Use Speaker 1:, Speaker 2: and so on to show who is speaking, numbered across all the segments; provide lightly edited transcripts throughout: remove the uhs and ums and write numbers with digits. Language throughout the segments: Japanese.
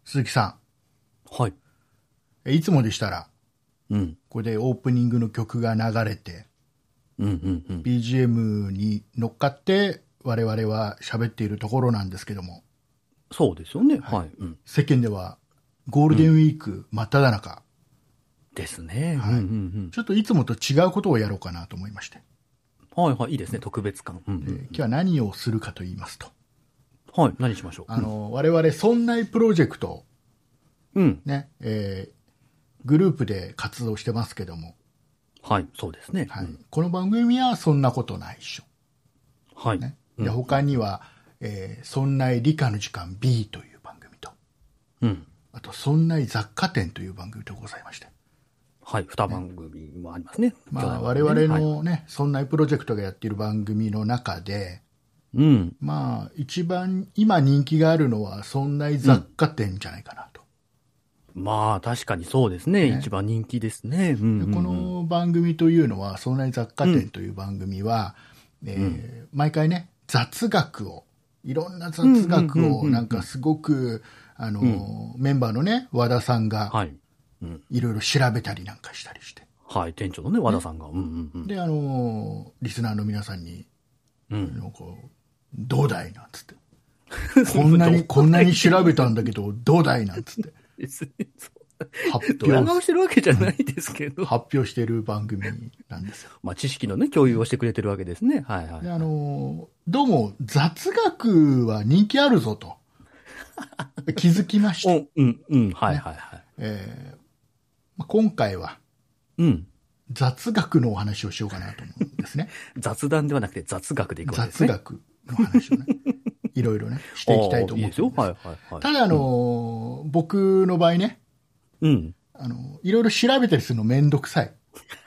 Speaker 1: 鈴木さ
Speaker 2: はい。
Speaker 1: ん、いつもでしたら、
Speaker 2: うん。
Speaker 1: これでオープニングの曲が流れて、
Speaker 2: うんうんうん。
Speaker 1: BGM に乗っかって我々は喋っているところなんですけども、
Speaker 2: そうですよね。
Speaker 1: はい
Speaker 2: はい。うん。
Speaker 1: 世間ではゴールデンウィーク真っ只中、
Speaker 2: ですね。
Speaker 1: はい
Speaker 2: うんうん
Speaker 1: ちょっといつもと違うことをやろうかなと思いまして、
Speaker 2: うん。はいはい。いいですね。特別感。うんうん
Speaker 1: 今日は何をするかと言いますと、
Speaker 2: はい。何しましょう。
Speaker 1: 我々そんないプロジェクト、
Speaker 2: うん。
Speaker 1: ねグループで活動してますけども、
Speaker 2: はい。そうですね。
Speaker 1: はいこの番組はそんなことないっしょ、
Speaker 2: はい。
Speaker 1: ねで他には、そんない理科の時間 B という番組と、
Speaker 2: うん。
Speaker 1: あとそんない雑貨店という番組でございまして、
Speaker 2: はい。二番組もありますね。
Speaker 1: まあ、我
Speaker 2: 兄弟番組ね
Speaker 1: 々のね、そんなプロジェクトがやっている番組の中で、
Speaker 2: うん。
Speaker 1: まあ、一番今人気があるのは、そんな雑貨店じゃないかなと。
Speaker 2: まあ、確かにそうですね。
Speaker 1: ね
Speaker 2: 一番人気ですね。うんうんうん。
Speaker 1: でこの番組というのは、そんな雑貨店という番組は、毎回ね、雑学を、いろんな雑学を、なんかすごく、メンバーのね、和田さんが、
Speaker 2: はい。うん。
Speaker 1: いろいろ調べたりなんかしたりして。
Speaker 2: はい。店長のね、和田さんが。うんうんうん。
Speaker 1: で、リスナーの皆さんに、
Speaker 2: うん。
Speaker 1: なんかどうだいなんつって。こんなに調べたんだけど、どうだいなんつって。
Speaker 2: 別に
Speaker 1: 発
Speaker 2: ドヤ顔
Speaker 1: 表、
Speaker 2: してるわけじゃないですけど。
Speaker 1: 発表している番組なんですよ。
Speaker 2: まあ、知識のね、共有をしてくれてるわけですね。はいはい。
Speaker 1: で、どうも雑学は人気あるぞと気づきました。
Speaker 2: うん、うん、うん、はいはいはい。
Speaker 1: 今回は
Speaker 2: うん。
Speaker 1: 雑学のお話をしようかなと思うんですね。
Speaker 2: 雑談ではなくて雑学でいくわけですね。
Speaker 1: 雑学の話をね、いろいろね、していきたいと思ってるんです。
Speaker 2: いいですよ。はいはいはい。
Speaker 1: ただ僕の場合ね、
Speaker 2: うん。
Speaker 1: いろいろ調べたりするのめんどくさい。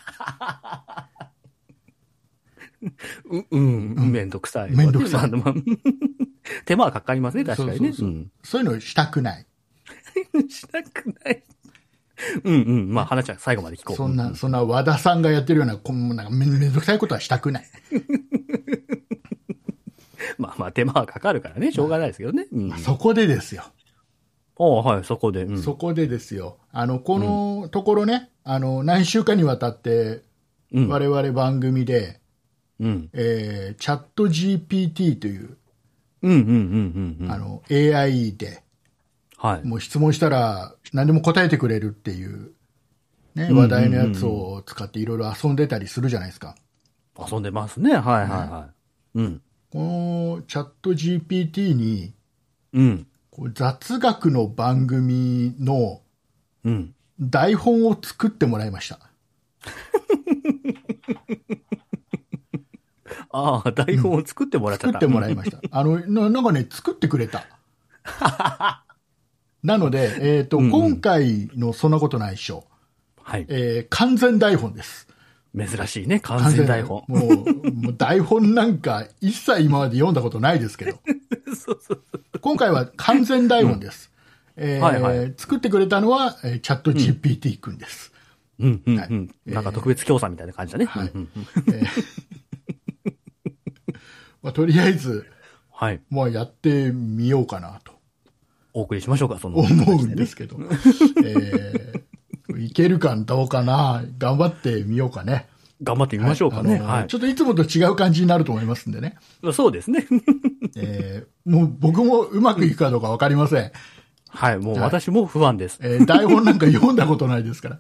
Speaker 2: めんどくさい。
Speaker 1: めんどくさい
Speaker 2: まあ手間はかかりますね、確かにね。
Speaker 1: そういうのしたくない。
Speaker 2: したくない。うんうん。まあ話は最後まで聞こう。
Speaker 1: そんな和田さんがやってるような、なんかめんどくさいことはしたくない。
Speaker 2: まあまあ手間はかかるからね、しょうがないですけどね。
Speaker 1: そこでですよ。
Speaker 2: はい、そこで。
Speaker 1: そこでですよ。このところね、何週間にわたって、我々番組で、チャット GPT という、AI で、
Speaker 2: はい。
Speaker 1: もう質問したら何でも答えてくれるっていう、ね、話題のやつを使っていろいろ遊んでたりするじゃないですか。
Speaker 2: 遊んでますね。はいはいはい。
Speaker 1: このチャット GPT に、雑学の番組の台本を作ってもらいました。
Speaker 2: ああ、台本を作ってもらっちゃった。
Speaker 1: 作ってもらいました。なんかね、作ってくれた。なので、今回のそんなことないっしょ。
Speaker 2: はい。
Speaker 1: 完全台本です。
Speaker 2: 珍しいね、完全台本。
Speaker 1: もう台本なんか一切今まで読んだことないですけど。今回は完全台本です。作ってくれたのは、チャット GPT 君です。
Speaker 2: なんか特別協賛みたいな感じだね。
Speaker 1: はい。とりあえず、もうやってみようかなと。
Speaker 2: お送りしましょうか、その。
Speaker 1: 思うんですけど。いけるかどうかな。頑張ってみようかね。
Speaker 2: 頑張ってみましょうかね。
Speaker 1: ちょっといつもと違う感じになると思いますんでね。
Speaker 2: そうですね。
Speaker 1: もう僕もうまくいくかどうかわかりません。
Speaker 2: はい、もう私も不安です。
Speaker 1: 台本なんか読んだことないですから。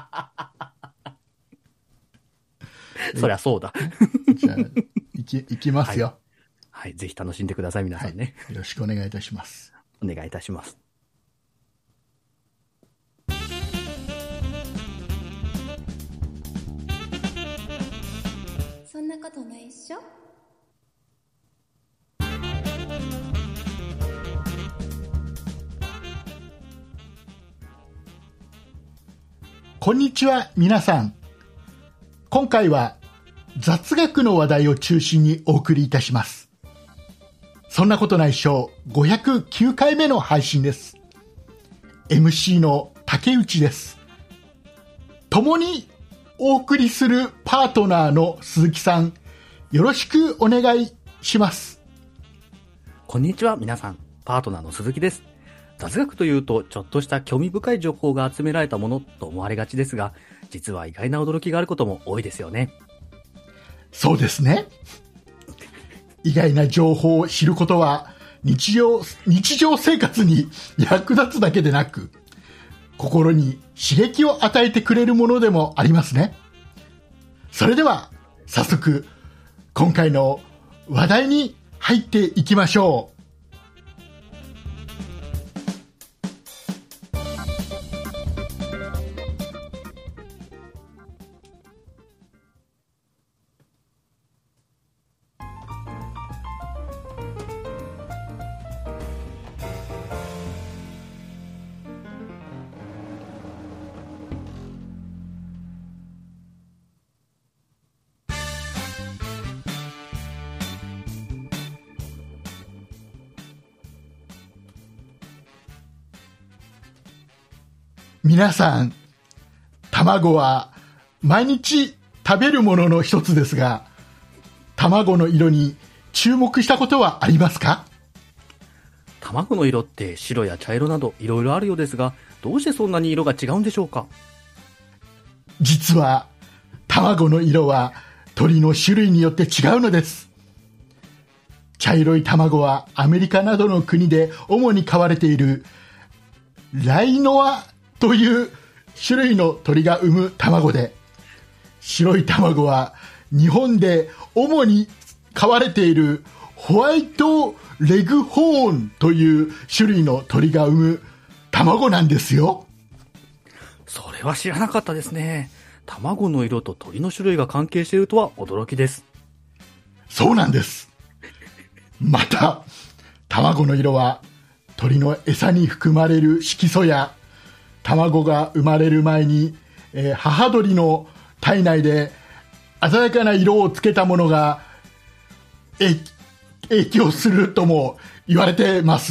Speaker 2: そりゃそうだ。
Speaker 1: じゃあ、いきますよ。
Speaker 2: はい、ぜひ楽しんでください、皆さんね。
Speaker 1: よろしくお願いいたします。
Speaker 2: お願いいたします。
Speaker 3: そんなことないっしょ。
Speaker 1: こんにちは、皆さん。今回は雑学の話題を中心にお送りいたします。そんなことないっしょ509回目の配信です。MC の竹内です。共にお送りするパートナーの鈴木さん、よろしくお願いします。
Speaker 2: こんにちは、皆さん。パートナーの鈴木です。 雑学というと、ちょっとした興味深い情報が集められたものと思われがちですが、実は意外な驚きがあることも多いですよね。
Speaker 1: そうですね。意外な情報を知ることは日常生活に役立つだけでなく、心に刺激を与えてくれるものでもありますね。それでは早速今回の話題に入っていきましょう。皆さん、卵は毎日食べるものの一つですが、卵の色に注目したことはありますか？
Speaker 2: 卵の色って白や茶色などいろいろあるようですが、どうしてそんなに色が違うんでしょうか？
Speaker 1: 実は卵の色は鳥の種類によって違うのです。茶色い卵はアメリカなどの国で主に飼われているライノアという種類の鳥が産む卵で、白い卵は日本で主に飼われているホワイトレグホーンという種類の鳥が産む卵なんですよ。
Speaker 2: それは知らなかったですね。卵の色と鳥の種類が関係しているとは驚きです。
Speaker 1: そうなんです。また卵の色は鳥の餌に含まれる色素や卵が生まれる前に、母鳥の体内で鮮やかな色をつけたものが影響するとも言われてます。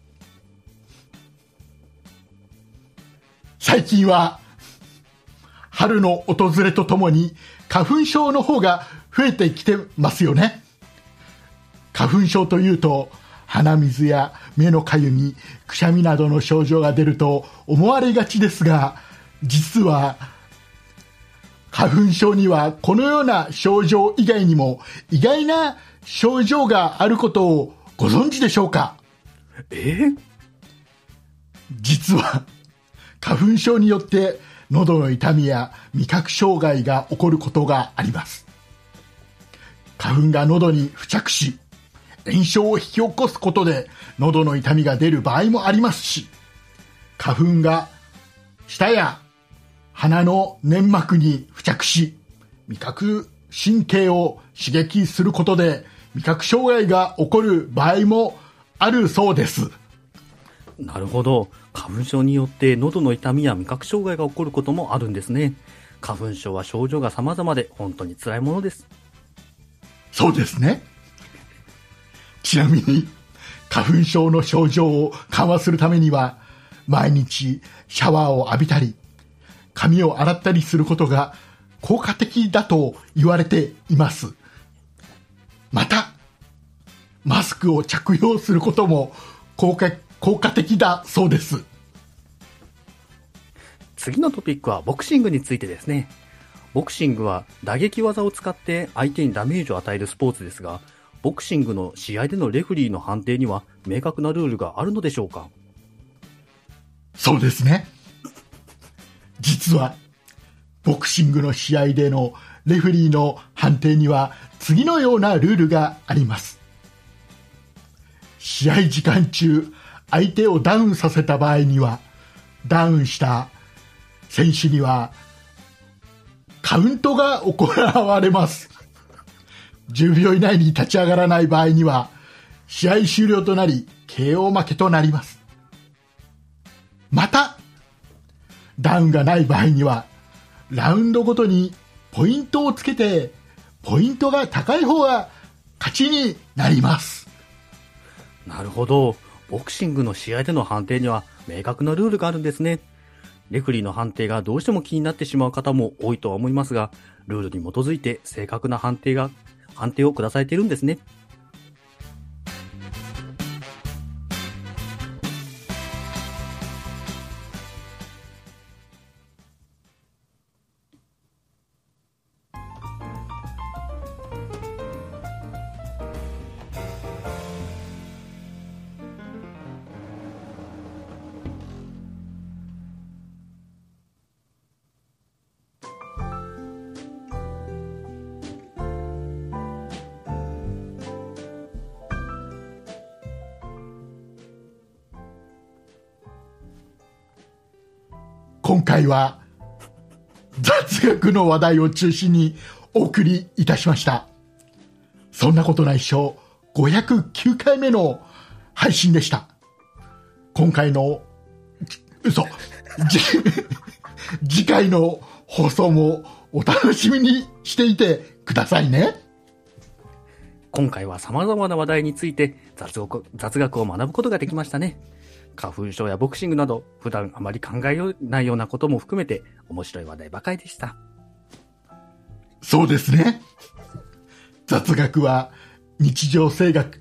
Speaker 1: 最近は春の訪れとともに花粉症の方が増えてきてますよね。花粉症というと鼻水や目のかゆみ、くしゃみなどの症状が出ると思われがちですが、実は花粉症にはこのような症状以外にも意外な症状があることをご存知でしょうか？実は花粉症によって喉の痛みや味覚障害が起こることがあります。花粉が喉に付着し炎症を引き起こすことで喉の痛みが出る場合もありますし、花粉が舌や鼻の粘膜に付着し味覚神経を刺激することで味覚障害が起こる場合もあるそうです。
Speaker 2: なるほど。花粉症によって喉の痛みや味覚障害が起こることもあるんですね。花粉症は症状が様々で本当に辛いものです。
Speaker 1: そうですね。ちなみに花粉症の症状を緩和するためには毎日シャワーを浴びたり髪を洗ったりすることが効果的だと言われています。またマスクを着用することも効果的だそうです。
Speaker 2: 次のトピックはボクシングについてですね。ボクシングは打撃技を使って相手にダメージを与えるスポーツですが、ボクシングの試合でのレフェリーの判定には明確なルールがあるのでしょうか？
Speaker 1: そうですね。実はボクシングの試合でのレフェリーの判定には次のようなルールがあります。試合時間中相手をダウンさせた場合には、ダウンした選手にはカウントが行われます。10秒以内に立ち上がらない場合には試合終了となり KO 負けとなります。またダウンがない場合にはラウンドごとにポイントをつけて、ポイントが高い方が勝ちになります。
Speaker 2: なるほど。ボクシングの試合での判定には明確なルールがあるんですね。レフェリーの判定がどうしても気になってしまう方も多いとは思いますが、ルールに基づいて正確な判定を下されているんですね。
Speaker 1: 今回は雑学の話題を中心にお送りいたしました。そんなことないっしょ509回目の配信でした。今回の次回の放送もお楽しみにしていてくださいね。
Speaker 2: 今回は様々な話題について雑学を学ぶことができましたね。花粉症やボクシングなど普段あまり考えないようなことも含めて面白い話題ばかりでした。
Speaker 1: そうですね。雑学は日常生活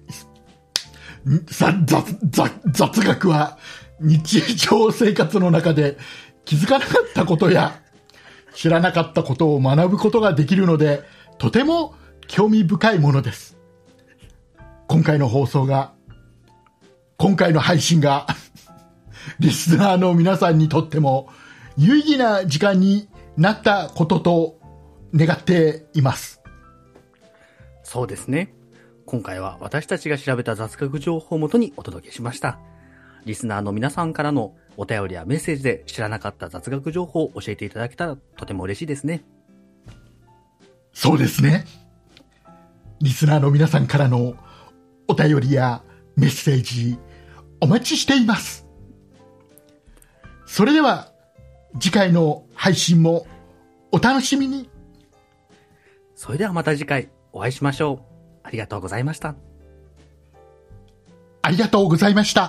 Speaker 1: 雑学は日常生活の中で気づかなかったことや知らなかったことを学ぶことができるので、とても興味深いものです。今回の配信がリスナーの皆さんにとっても有意義な時間になったことと願っています。
Speaker 2: そうですね。今回は私たちが調べた雑学情報をもとにお届けしました。リスナーの皆さんからのお便りやメッセージで知らなかった雑学情報を教えていただけたらとても嬉しいですね。
Speaker 1: そうですね。リスナーの皆さんからのお便りやメッセージお待ちしています。それでは次回の配信もお楽しみに。
Speaker 2: それではまた次回お会いしましょう。ありがとうございました。
Speaker 1: ありがとうございました。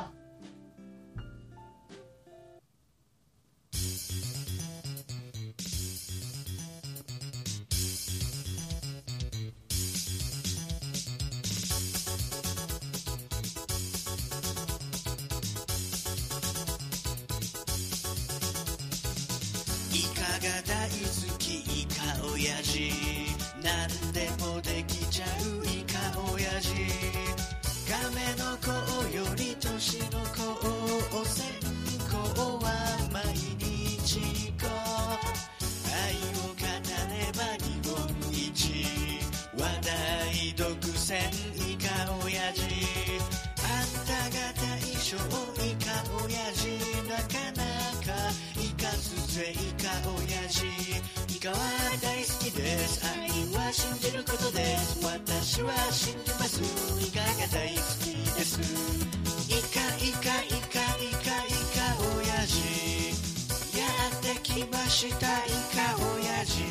Speaker 3: イカが大好きイカオヤジ、何でもできちゃうイカオヤジ、亀の子より年の子お線香は毎日子、愛を語れば日本一、話題独占イカオヤジ、あんたが大将イカオヤジ、なかなかイカすぜイカオヤジ、イカは大好きです、愛は信じることです、私は信じます、イカが大好きです、イカイカイカイカイカオヤジ、やってきましたイカオヤジ。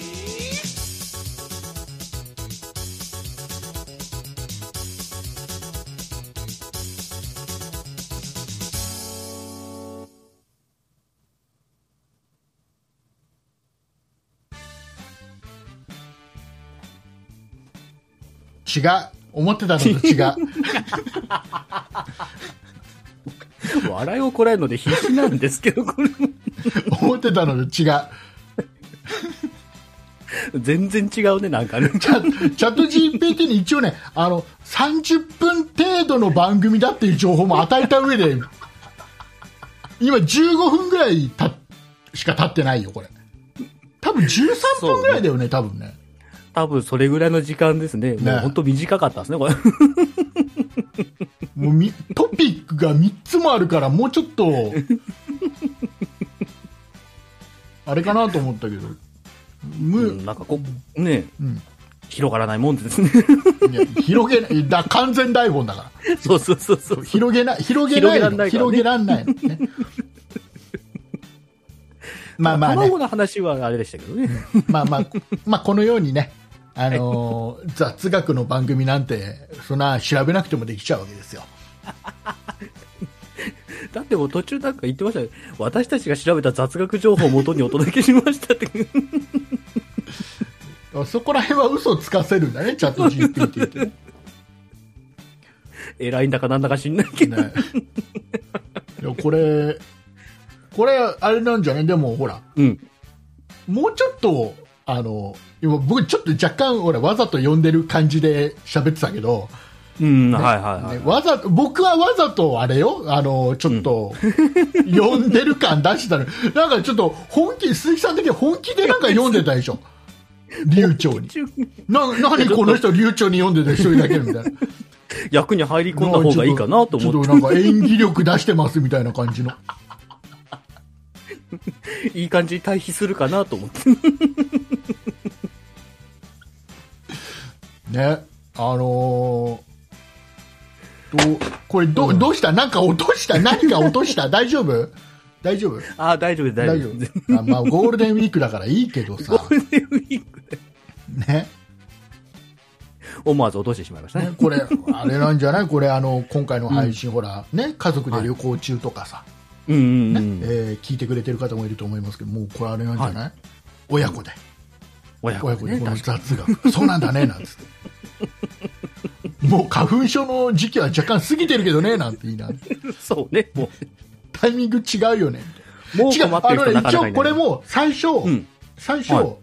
Speaker 1: 違う。思ってたのと違う。
Speaker 2: 笑いをこらえるので必死なんですけど、これ
Speaker 1: 思ってたのと違う。
Speaker 2: 全然違うね、なんかね。
Speaker 1: チャット GPT に一応ね、30分程度の番組だっていう情報も与えた上で、今15分ぐらいしか経ってないよ、これ。多分13分ぐらいだよね、多分ね。
Speaker 2: 多分それぐらいの時間ですね。もう本当短かったですね、これ。
Speaker 1: もうトピックが3つもあるから、もうちょっと、あれかなと思ったけど。
Speaker 2: なんかね、広がらないもんですね。
Speaker 1: いや広げない、完全台本だから。
Speaker 2: そうそうそうそう。
Speaker 1: 広げらんないのね。まあね。
Speaker 2: 卵の話はあれでしたけどね。
Speaker 1: まあこのようにね、雑学の番組なんてそんな調べなくてもできちゃうわけですよ。
Speaker 2: だってもう途中なんか言ってましたよ。私たちが調べた雑学情報を元にお届けしましたって。
Speaker 1: そこら辺は嘘つかせるんだね、チャット GPT ってね。
Speaker 2: 偉いんだかなんだか知んないけど。ね、
Speaker 1: いやこれあれなんじゃね。でもほら、もうちょっと今僕ちょっと若干ほらわざと呼んでる感じで喋ってたけど、僕はわざとあれよ、ちょっと呼んでる感出したの。なんかちょっと鈴木さん的に本気でなんか読んでたでしょ。流暢に。何この人流暢に読んでた一人だけみたいな。
Speaker 2: 役に入り込んだ方がいいかなと思って。
Speaker 1: ちょっとなんか演技力出してますみたいな感じの。
Speaker 2: いい感じに対比するかなと思って。
Speaker 1: ね、これどうしたなんか落とした何か落とした大丈夫大丈夫
Speaker 2: あ、大丈夫、大丈夫。
Speaker 1: まあ、ゴールデンウィークだからいいけどさ。
Speaker 2: ゴールデンウィーク
Speaker 1: ね。
Speaker 2: 思わず落としてしまいましたね。
Speaker 1: これ、あれなんじゃないこれ、今回の配信、ほら、ね、家族で旅行中とかさ、
Speaker 2: ね、
Speaker 1: 聞いてくれてる方もいると思いますけど、もうこれあれなんじゃない、親子で。親子で、この雑学。そうなんだね、なんつって。もう花粉症の時期は若干過ぎてるけどね、なんて言いながら。
Speaker 2: そうね、もう。
Speaker 1: タイミング違うよね。
Speaker 2: もう
Speaker 1: 違う、一応これも最初、
Speaker 2: はい、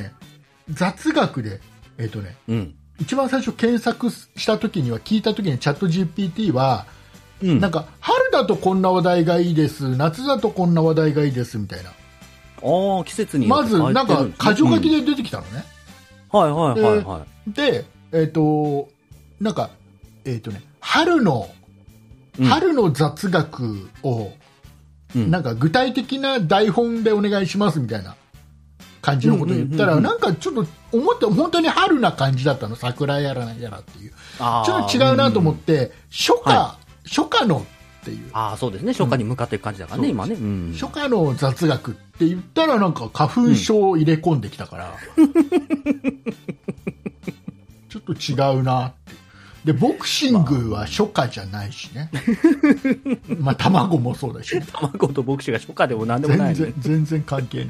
Speaker 1: 雑学で、一番最初検索した時には、聞いた時にチャット GPT は、なんか、春だとこんな話題がいいです、夏だとこんな話題がいいですみたいな。
Speaker 2: 季節に
Speaker 1: まず、なんか、箇条書きで出てきたのね。
Speaker 2: はいはいはいはい。
Speaker 1: で、なんか、春の雑学を、なんか具体的な台本でお願いしますみたいな感じのことを言ったら、なんかちょっと思って本当に春な感じだったの。桜やらないやらっていう。ちょっと違うなと思って、初夏のっていう。
Speaker 2: そうですね。初夏に向かっていく感じだからね、今ね。
Speaker 1: 初夏の雑学って言ったらなんか花粉症を入れ込んできたから、ちょっと違うなって。でボクシングは初夏じゃないしね、まあ卵もそうだし、ね、
Speaker 2: 卵とボクシングが初夏でもなんでもない、
Speaker 1: ね、全然関係ない。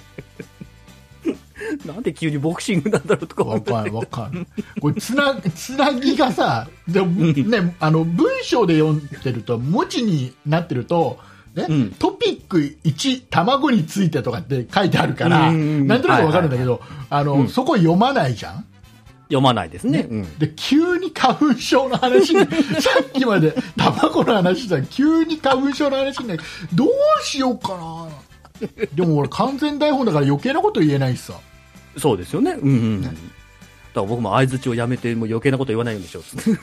Speaker 2: なんで急にボクシングなんだろうとか
Speaker 1: わかんない。これつなぎがさ、でもね、文章で読んでると文字になってると、ね、トピック1卵についてとかって書いてあるから、なんとなくわかるんだけど、そこ読まないじゃん。
Speaker 2: 読まないですね。
Speaker 1: で急に花粉症の話にさっきまで卵の話だ急に花粉症の話にどうしようかな。でも俺完全台本だから余計なこと言えないしさ。
Speaker 2: そうですよね。だから僕も相づちをやめてもう余計なこと言わないようにしよ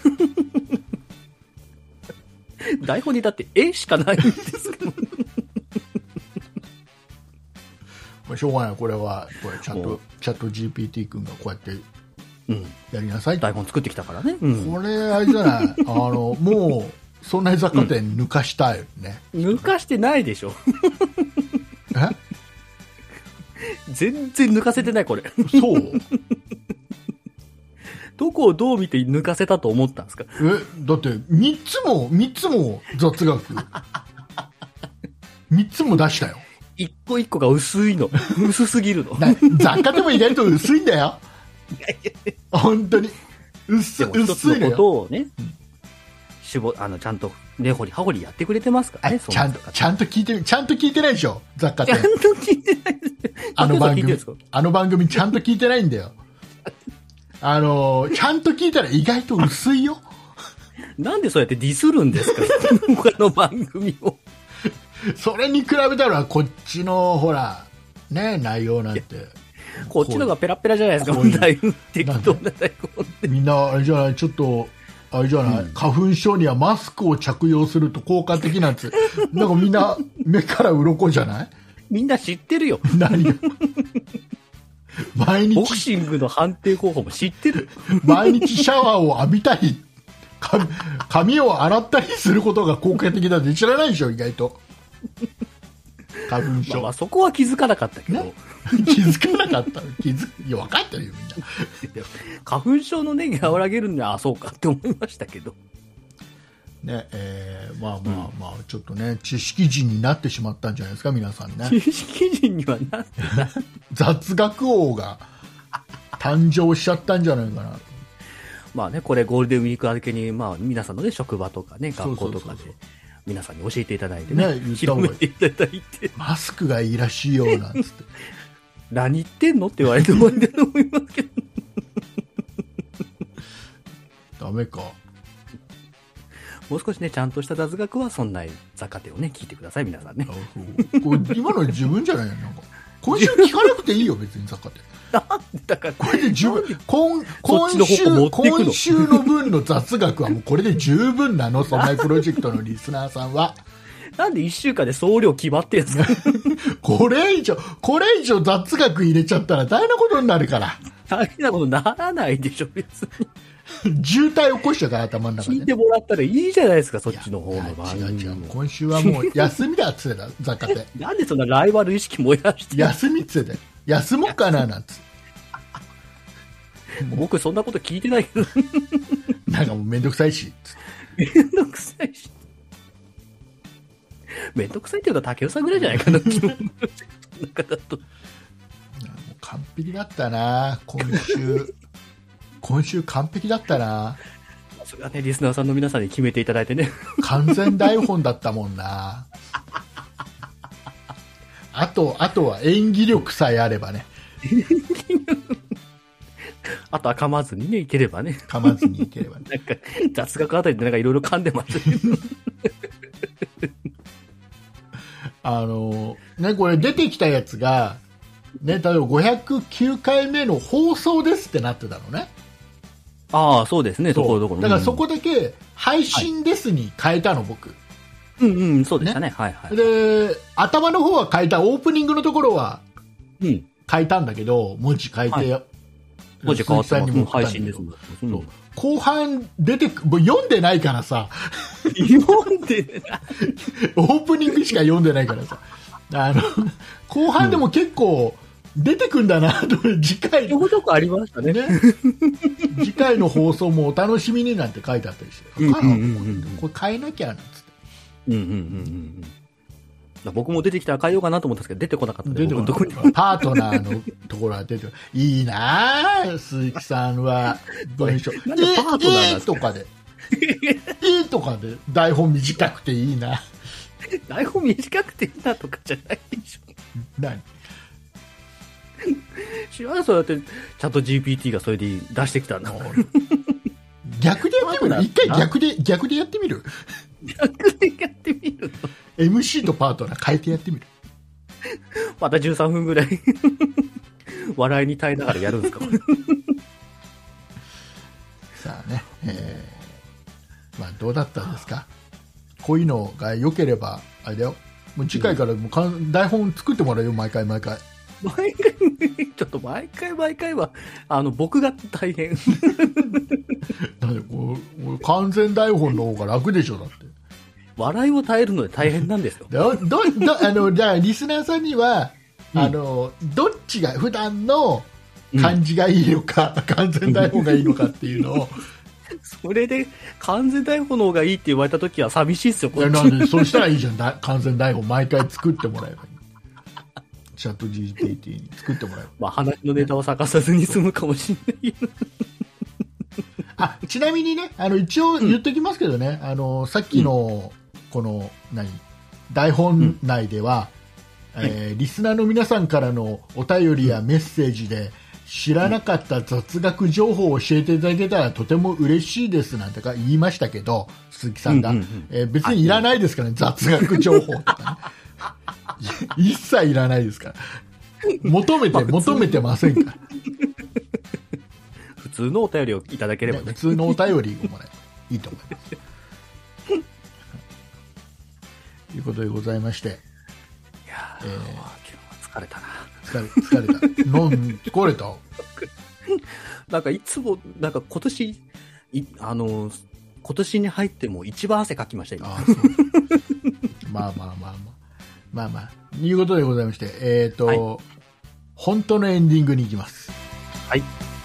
Speaker 2: う。台本にだって絵しかないんですけど。
Speaker 1: しょうがない。これちゃんとチャット GPT 君がこうやってやりなさい、
Speaker 2: 台本作ってきたからね、
Speaker 1: これあれじゃないもうそんな雑貨店抜かしたいよね、
Speaker 2: 抜かしてないでしょ。全然抜かせてないこれ。
Speaker 1: そう
Speaker 2: どこをどう見て抜かせたと思ったんですか。
Speaker 1: だって3つも雑学3つも出したよ。
Speaker 2: 一個一個が薄いの。薄すぎるの。
Speaker 1: 雑貨でも意外と薄いんだよ。本当に薄いのよ。
Speaker 2: 一つのことをね、ちゃんと根掘り葉掘りやってくれてますからね。
Speaker 1: ちゃんと聞いてないでしょ雑貨店。
Speaker 2: ちゃんと聞いてないです。
Speaker 1: あの番組ちゃんと聞いてないんだよ。ちゃんと聞いたら意外と薄いよ。
Speaker 2: なんでそうやってディスるんですか。他の番組を。
Speaker 1: それに比べたらこっちのほらね内容なんて。
Speaker 2: こっちのがペラペラじゃないですか。適当な台本って
Speaker 1: みんなあれじゃない、ちょっとあれじゃない、花粉症にはマスクを着用すると効果的なんつなんかみんな目から鱗じゃない。
Speaker 2: みんな知ってるよ。
Speaker 1: 何が毎日
Speaker 2: ボクシングの判定方法も知ってる。
Speaker 1: 毎日シャワーを浴びたり髪を洗ったりすることが効果的だって知らないでしょ意外と。花粉症、
Speaker 2: まあそこは気づかなかったけど、ね、
Speaker 1: 気づかなかったいや分かってるよみんな。
Speaker 2: 花粉症のね和らげるにはそうかって思いましたけど
Speaker 1: ね。まあちょっとね知識人になってしまったんじゃないですか皆さんね。
Speaker 2: 知識人にはなってない
Speaker 1: 雑学王が誕生しちゃったんじゃないかな。
Speaker 2: まあねこれゴールデンウィーク明けにまあ皆さんのね職場とかね学校とかで皆さんに教えていただいてね、広めていただいて、
Speaker 1: マスクがいいらしいよなんつって
Speaker 2: 何言ってんのって言われてもいいと思いますけど
Speaker 1: ダメか。
Speaker 2: もう少しねちゃんとした雑学はそんな雑貨店をね聞いてください皆さんね。
Speaker 1: これ今の自分じゃないの。なんか今週聞かなくていいよ別に雑貨店。
Speaker 2: だから
Speaker 1: これで十分。今週の分の雑学はもうこれで十分なの。そんなプロジェクトのリスナーさんは
Speaker 2: なんで1週間で総量決まってんすか？
Speaker 1: これ以上雑学入れちゃったら大変なことになるから。
Speaker 2: 大変なことならないでしょ、別に。
Speaker 1: 渋滞起こしちゃうから、頭の中で。
Speaker 2: 聞いてもらったらいいじゃないですか、そっちの方の番組。
Speaker 1: 違う。今週はもう休みだっつってた、雑貨で。
Speaker 2: なんでそんなライバル意識燃やして
Speaker 1: 休みっつってた。休もうかな、なんつって。
Speaker 2: 僕そんなこと聞いてないけど。
Speaker 1: なんかもうめんどくさいし。
Speaker 2: めんどくさいし。めんどくさいっていうのは竹内さんぐらいじゃないかな。中だと。
Speaker 1: 完璧だったな、今週完璧だったな。
Speaker 2: それはね、リスナーさんの皆さんに決めていただいてね。
Speaker 1: 完全台本だったもんな。あとは演技力さえあればね。
Speaker 2: あとは噛まずにね、いければね。
Speaker 1: 噛まずにいければね。
Speaker 2: なんか、雑学あたりでなんかいろいろ噛んでますけど。
Speaker 1: ね、これ出てきたやつが、ね、例えば509回目の放送ですってなってたのね。
Speaker 2: ああ、そうですね、ところどころ。
Speaker 1: だからそこだけ配信ですに変えたの、僕。
Speaker 2: そうでしたね。はいはい。
Speaker 1: で、頭の方は変えた、オープニングのところは
Speaker 2: 変
Speaker 1: えたんだけど、文字変えて、
Speaker 2: 文字変わってます。配信です。
Speaker 1: そう後半もう読んでないからさ。
Speaker 2: 読んでない。
Speaker 1: オープニングしか読んでないからさ。後半でも結構出てくんだなと、次回の。
Speaker 2: ちょこちょこありましたね。
Speaker 1: 次回の放送もお楽しみになんて書いてあったりして。これ変えなきゃなんつって。
Speaker 2: 僕も出てきたら変えようかなと思ったんですけど、出てこなかった。
Speaker 1: 出てこなかった。パートナーのところは出ていいなぁ、鈴木さんは。文章。
Speaker 2: なんでパートナー
Speaker 1: とかで。とかで台本短くていいな。
Speaker 2: 台本短くていいなとかじゃないでしょ。
Speaker 1: 何
Speaker 2: 知らない、そうやってちゃんと GPT がそれで出してきたんだ。
Speaker 1: 逆でやってみる？一回逆でやってみる？
Speaker 2: 逆でやってみるの？
Speaker 1: MC とパートナー変えてやってみる？
Speaker 2: また13分ぐらい笑いに耐えながらやるんですか？
Speaker 1: さあね、まあどうだったんですか？こういうのが良ければあれだよ、もう次回からもう台本作ってもらうよ、毎回ちょ
Speaker 2: っと毎回は僕が大変。
Speaker 1: だってこう完全台本の方が楽でしょ。だって
Speaker 2: 笑いを耐えるので大変なんですよ。
Speaker 1: じゃあリスナーさんには、どっちが普段の感じがいいのか、完全台本がいいのかっていうのを
Speaker 2: それで完全台本の方がいいって言われたときは寂しいっすよ。
Speaker 1: なんでそうしたらいいじゃん。完全台本毎回作ってもらえばいい。チャット GPT に作ってもらえば。
Speaker 2: まあ話のネタを探さずに済むかもしれない。
Speaker 1: ちなみにね、一応言っておきますけどね、さっきのこの台本内では、リスナーの皆さんからのお便りやメッセージで、知らなかった雑学情報を教えていただけたらとても嬉しいですなんてか言いましたけど、鈴木さんが、別にいらないですからね、雑学情報とかね。一切いらないですから。求めてませんから。
Speaker 2: 普通のお便りをいただければね。
Speaker 1: 普通のお便りをもらえばいいと思います。ということでございまして。い
Speaker 2: や今日は疲れたな。
Speaker 1: 疲れた。疲れた。
Speaker 2: なんかいつも、なんか今年に入っても一番汗かきました、今。
Speaker 1: まあ、いうことでございまして、本当のエンディングに行きます。
Speaker 2: はい。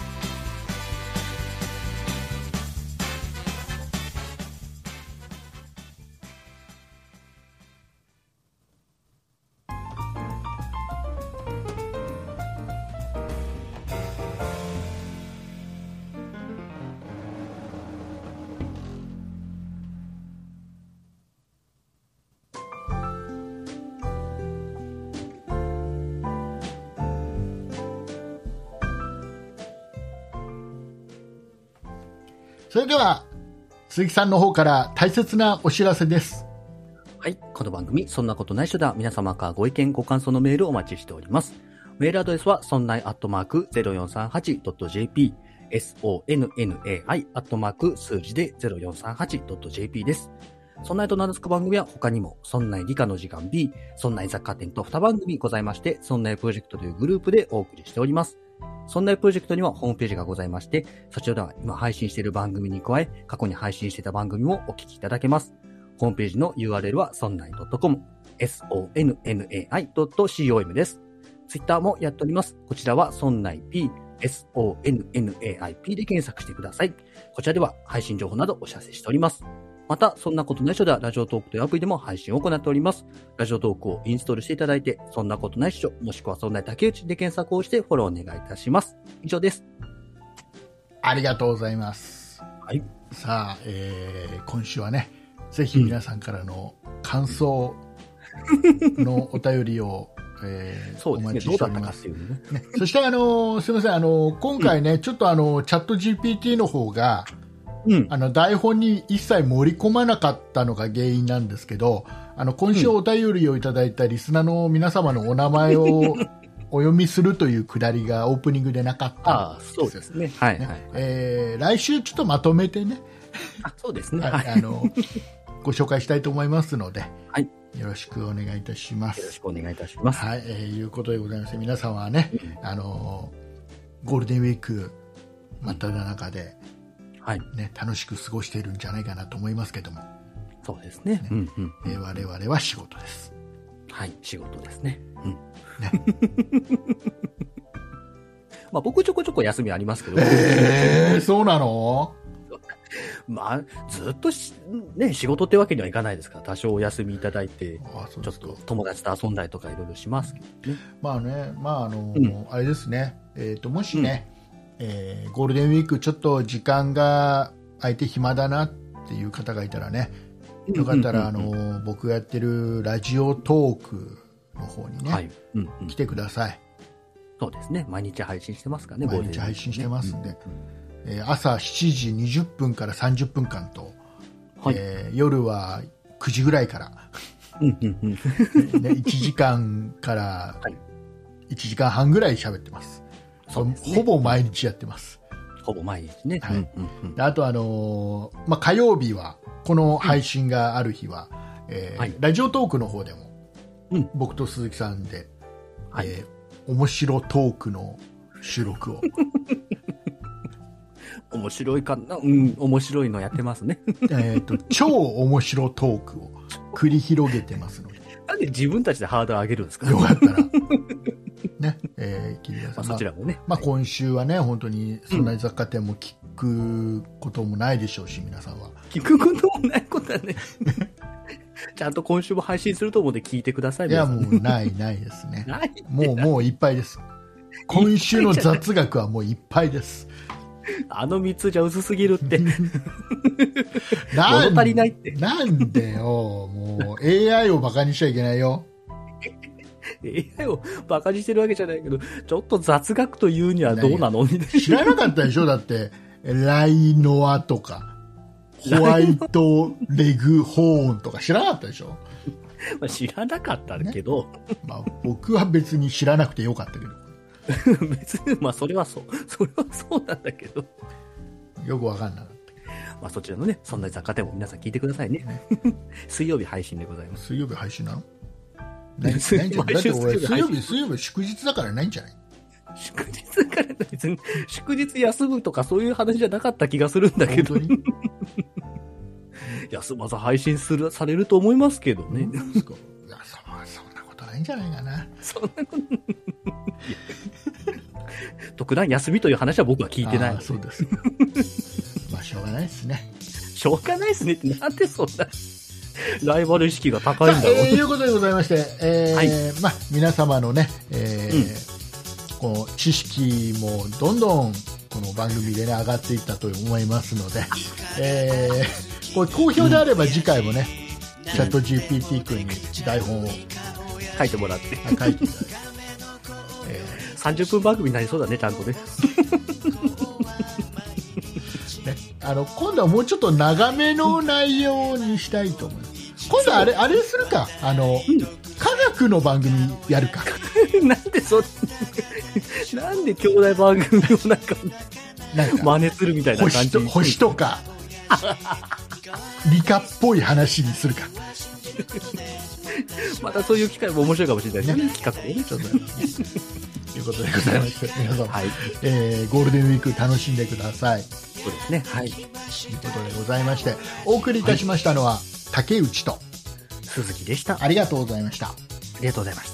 Speaker 1: それでは鈴木さんの方から大切なお知らせです。
Speaker 2: はい。この番組、そんなことない人では皆様からご意見、ご感想のメールをお待ちしております。メールアドレスは、そんない@0438.jp、sonnai@ 数字で 0438.jp です。 そんないと名付く番組は他にも、そんない理科の時間 B、そんない雑貨店と2番組ございまして、そんないプロジェクトというグループでお送りしております。そんないプロジェクトにはホームページがございまして、そちらでは今配信している番組に加え、過去に配信していた番組もお聞きいただけます。ホームページの URL は sonnai.com、sonnai.com です。ツイッターもやっております。こちらは sonnaip、sonnaip で検索してください。こちらでは配信情報などお知らせしております。また、そんなことないっしょではラジオトークというアプリでも配信を行っております。ラジオトークをインストールしていただいて、そんなことないっしょ、もしくはそんな竹内で検索をしてフォローお願いいたします。以上です。
Speaker 1: ありがとうございます。
Speaker 2: はい。
Speaker 1: さあ、今週はね、ぜひ皆さんからの感想のお便りを、
Speaker 2: そうですね、
Speaker 1: お待ちしております。
Speaker 2: どうだったかっていうね。
Speaker 1: そしてすみません、今回ね、ちょっとチャット GPT の方が、台本に一切盛り込まなかったのが原因なんですけど、今週お便りをいただいたリスナーの皆様のお名前をお読みするというくだりがオープニングでなかったんです。
Speaker 2: そうですね。はい、はい。
Speaker 1: 来週ちょっとまとめてね、
Speaker 2: そうですね。
Speaker 1: ご紹介したいと思いますので、
Speaker 2: はい。
Speaker 1: よろしくお願いいたします。
Speaker 2: よろしくお願いいたします。
Speaker 1: はい、いうことでございまして、皆さんはね、ゴールデンウィーク真っ只中で、
Speaker 2: はい
Speaker 1: ね、楽しく過ごしているんじゃないかなと思いますけども、
Speaker 2: そうですね。
Speaker 1: 我々は仕事です。
Speaker 2: はい、仕事ですね。
Speaker 1: ね
Speaker 2: まあ僕ちょこちょこ休みありますけど。
Speaker 1: そうなの？
Speaker 2: まあ、ずっとね、仕事ってわけにはいかないですから、多少お休みいただいて、ちょっと友達と遊んだりとかいろいろしますけどね。
Speaker 1: まあね、あれですね、もしね、ゴールデンウィークちょっと時間が空いて暇だなっていう方がいたらね、よかったら僕がやってるラジオトークの方にね、来てください。
Speaker 2: そうですね、毎日配信してますからね。
Speaker 1: 毎日配信してますんで、朝7時20分から30分間と、夜は9時ぐらいから1時間から1時間半ぐらい喋ってます。ほぼ毎日やってます。
Speaker 2: ほぼ毎日ね。
Speaker 1: あと火曜日はこの配信がある日は、ラジオトークの方でも、僕と鈴木さんで、面白トークの収録を
Speaker 2: 面白いかな、面白いのやってますね。
Speaker 1: 超面白トークを繰り広げてますので。
Speaker 2: なんで自分たちでハードル上げるんですか？
Speaker 1: よかったらね、聞いてください。
Speaker 2: そちらもね。
Speaker 1: 今週はね、本当にそんなに雑貨店も聞くこともないでしょうし、皆さんは。
Speaker 2: 聞くこともないことはね。ちゃんと今週も配信すると思うんで聞いてください。
Speaker 1: いや、もうないですね。もういっぱいです。今週の雑学はもういっぱいです。
Speaker 2: 3つじゃ薄すぎるって。物
Speaker 1: 足
Speaker 2: りないって。
Speaker 1: なんでよ、もう AI をバカにしちゃいけないよ。
Speaker 2: AI をバカにしてるわけじゃないけど、ちょっと雑学というにはどうなの？
Speaker 1: 知らなかったでしょ？だって、ライノアとか、ホワイトレグホーンとか知らなかったでしょ？
Speaker 2: 知らなかったけど、
Speaker 1: 僕は別に知らなくてよかったけど。
Speaker 2: 別に、それはそうなんだけど。
Speaker 1: よくわかんなかった。
Speaker 2: そちらのね、そんな雑貨店も皆さん聞いてくださいね。水曜日配信でございます。
Speaker 1: 水曜日配信なの？ないんじゃない？だって俺、水曜日祝日だからないんじゃない？
Speaker 2: 祝日だから別に、祝日休むとかそういう話じゃなかった気がするんだけど。休まず配信されると思いますけどね。
Speaker 1: いや、そんなことないんじゃないかな。
Speaker 2: そんなこと特段休みという話は僕は聞いてない。
Speaker 1: そうです。しょうがないですね。
Speaker 2: しょうがないですねって、なんでそんなライバル意識が高いんだろう。
Speaker 1: ということでございまして、皆様のね、こう知識もどんどんこの番組でね上がっていったと思いますので、これ好評であれば次回もね、チャット GPT 君に台本を
Speaker 2: 書いてもらって、
Speaker 1: 書いていただいて、
Speaker 2: 30分番組になりそうだね、ちゃんとね。
Speaker 1: 今度はもうちょっと長めの内容にしたいと思います。今度はあれするか、科学の番組やるか。
Speaker 2: なんで兄弟番組をなんか真似するみたいな感じ。
Speaker 1: 星とか理科っぽい話にするか。
Speaker 2: またそういう機会も面白いかもしれないですね。企画をね。
Speaker 1: ということでございまして、皆さん、
Speaker 2: はい。
Speaker 1: ゴールデンウィーク楽しんでください。
Speaker 2: そうですね。はい。
Speaker 1: ということでございまして、お送りいたしましたのは、竹内と、
Speaker 2: 鈴木でした。あ
Speaker 1: ありがとうございました。
Speaker 2: りがとうございました。